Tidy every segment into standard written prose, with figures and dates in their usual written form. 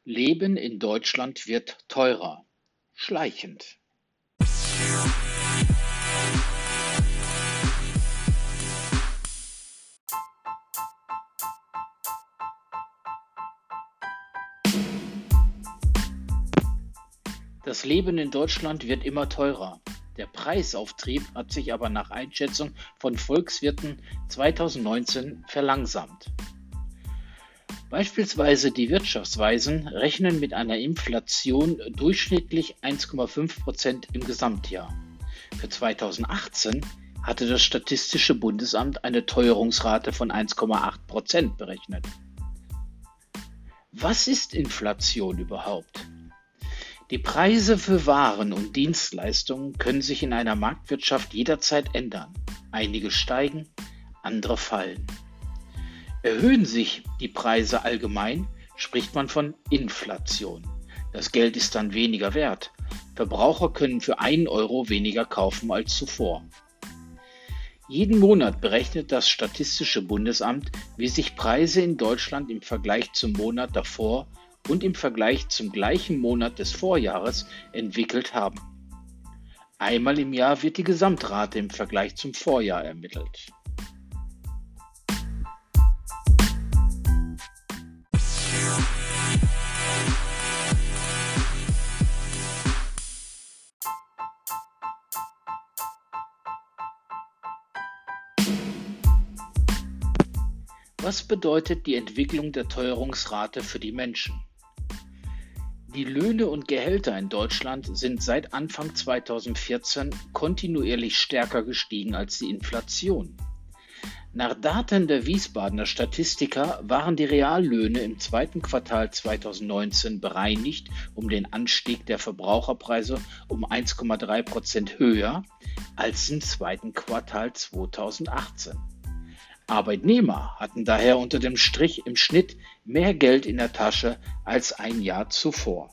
Leben in Deutschland wird teurer. Schleichend. Das Leben in Deutschland wird immer teurer. Der Preisauftrieb hat sich aber nach Einschätzung von Volkswirten 2019 verlangsamt. Beispielsweise die Wirtschaftsweisen rechnen mit einer Inflation durchschnittlich 1,5% im Gesamtjahr. Für 2018 hatte das Statistische Bundesamt eine Teuerungsrate von 1,8% berechnet. Was ist Inflation überhaupt? Die Preise für Waren und Dienstleistungen können sich in einer Marktwirtschaft jederzeit ändern. Einige steigen, andere fallen. Erhöhen sich die Preise allgemein, spricht man von Inflation. Das Geld ist dann weniger wert. Verbraucher können für 1 Euro weniger kaufen als zuvor. Jeden Monat berechnet das Statistische Bundesamt, wie sich Preise in Deutschland im Vergleich zum Monat davor und im Vergleich zum gleichen Monat des Vorjahres entwickelt haben. Einmal im Jahr wird die Gesamtrate im Vergleich zum Vorjahr ermittelt. Was bedeutet die Entwicklung der Teuerungsrate für die Menschen? Die Löhne und Gehälter in Deutschland sind seit Anfang 2014 kontinuierlich stärker gestiegen als die Inflation. Nach Daten der Wiesbadener Statistiker waren die Reallöhne im zweiten Quartal 2019 bereinigt um den Anstieg der Verbraucherpreise um 1,3% höher als im zweiten Quartal 2018. Arbeitnehmer hatten daher unter dem Strich im Schnitt mehr Geld in der Tasche als ein Jahr zuvor.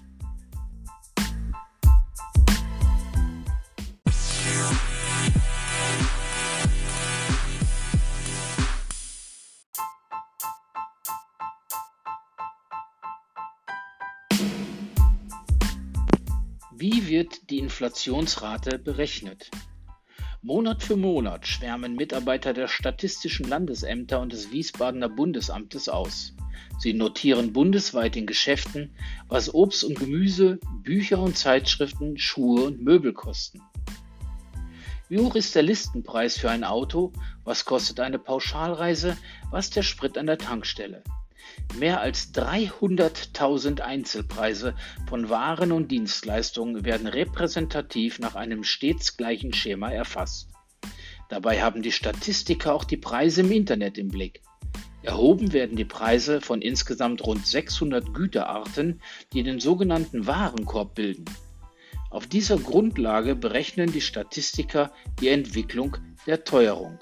Wie wird die Inflationsrate berechnet? Monat für Monat schwärmen Mitarbeiter der statistischen Landesämter und des Wiesbadener Bundesamtes aus. Sie notieren bundesweit in Geschäften, was Obst und Gemüse, Bücher und Zeitschriften, Schuhe und Möbel kosten. Wie hoch ist der Listenpreis für ein Auto? Was kostet eine Pauschalreise? Was der Sprit an der Tankstelle? Mehr als 300.000 Einzelpreise von Waren und Dienstleistungen werden repräsentativ nach einem stets gleichen Schema erfasst. Dabei haben die Statistiker auch die Preise im Internet im Blick. Erhoben werden die Preise von insgesamt rund 600 Güterarten, die den sogenannten Warenkorb bilden. Auf dieser Grundlage berechnen die Statistiker die Entwicklung der Teuerung.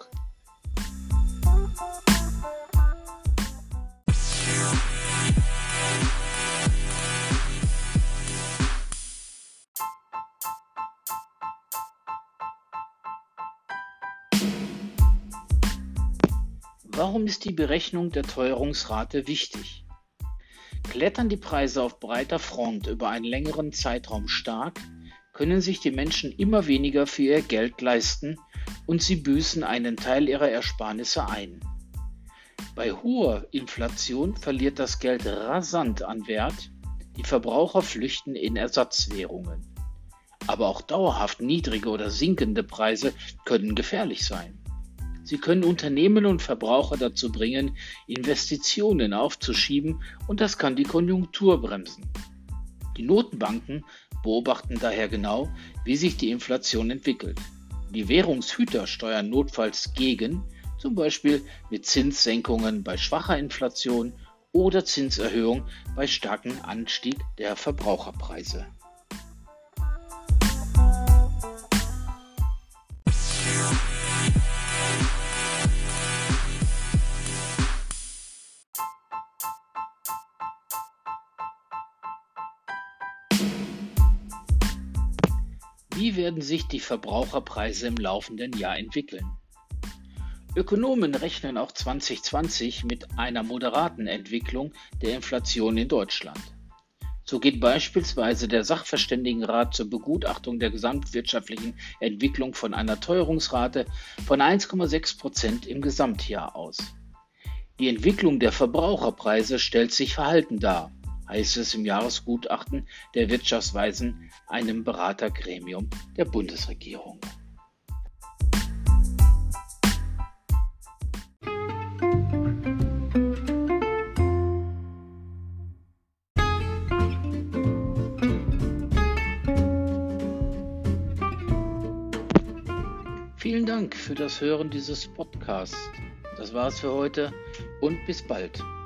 Warum ist die Berechnung der Teuerungsrate wichtig? Klettern die Preise auf breiter Front über einen längeren Zeitraum stark, können sich die Menschen immer weniger für ihr Geld leisten und sie büßen einen Teil ihrer Ersparnisse ein. Bei hoher Inflation verliert das Geld rasant an Wert, die Verbraucher flüchten in Ersatzwährungen. Aber auch dauerhaft niedrige oder sinkende Preise können gefährlich sein. Sie können Unternehmen und Verbraucher dazu bringen, Investitionen aufzuschieben und das kann die Konjunktur bremsen. Die Notenbanken beobachten daher genau, wie sich die Inflation entwickelt. Die Währungshüter steuern notfalls gegen, zum Beispiel mit Zinssenkungen bei schwacher Inflation oder Zinserhöhung bei starkem Anstieg der Verbraucherpreise. Wie werden sich die Verbraucherpreise im laufenden Jahr entwickeln? Ökonomen rechnen auch 2020 mit einer moderaten Entwicklung der Inflation in Deutschland. So geht beispielsweise der Sachverständigenrat zur Begutachtung der gesamtwirtschaftlichen Entwicklung von einer Teuerungsrate von 1,6% im Gesamtjahr aus. Die Entwicklung der Verbraucherpreise stellt sich verhalten dar, heißt es im Jahresgutachten der Wirtschaftsweisen, einem Beratergremium der Bundesregierung. Vielen Dank für das Hören dieses Podcasts. Das war's für heute und bis bald.